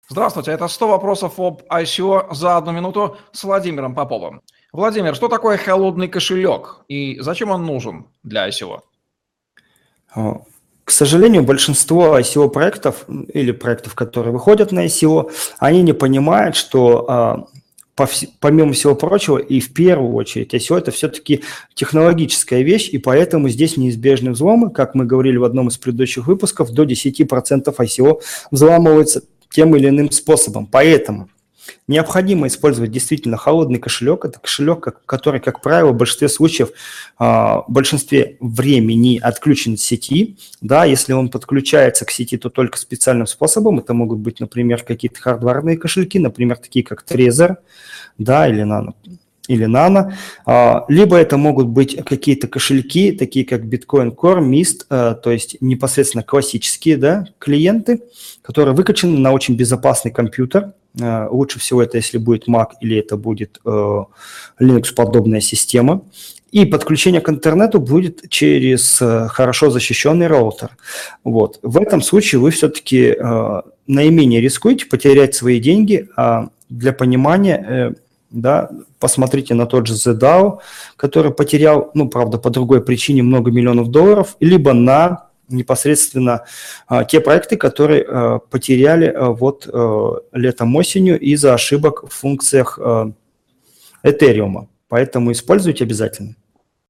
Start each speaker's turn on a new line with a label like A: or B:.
A: Здравствуйте, это 100 вопросов об ICO за 1 минуту с Владимиром Поповым. Владимир, что такое холодный кошелек и зачем он нужен для ICO?
B: К сожалению, большинство ICO-проектов или проектов, которые выходят на ICO, они не понимают, что помимо всего прочего, и в первую очередь, ICO – это все-таки технологическая вещь, и поэтому здесь неизбежны взломы. Как мы говорили в одном из предыдущих выпусков, до 10% ICO взламывается тем или иным способом. Поэтому необходимо использовать действительно холодный кошелек. Это кошелек, который, как правило, в большинстве случаев, в большинстве времени отключен от сети. Да, если он подключается к сети, то только специальным способом. Это могут быть, например, какие-то хардварные кошельки, например, такие как Trezor, да, или Nano. Либо это могут быть какие-то кошельки, такие как Bitcoin Core, Mist, то есть непосредственно классические, да, клиенты, которые выкачаны на очень безопасный компьютер. Лучше всего это, если будет Mac или это будет Linux-подобная система. И подключение к интернету будет через хорошо защищенный роутер. Вот. В этом случае вы все-таки наименее рискуете потерять свои деньги. Для понимания, да, посмотрите на тот же ZDAO, который потерял, правда, по другой причине много миллионов долларов, либо на непосредственно те проекты, которые потеряли летом-осенью из-за ошибок в функциях Ethereum. Поэтому используйте обязательно.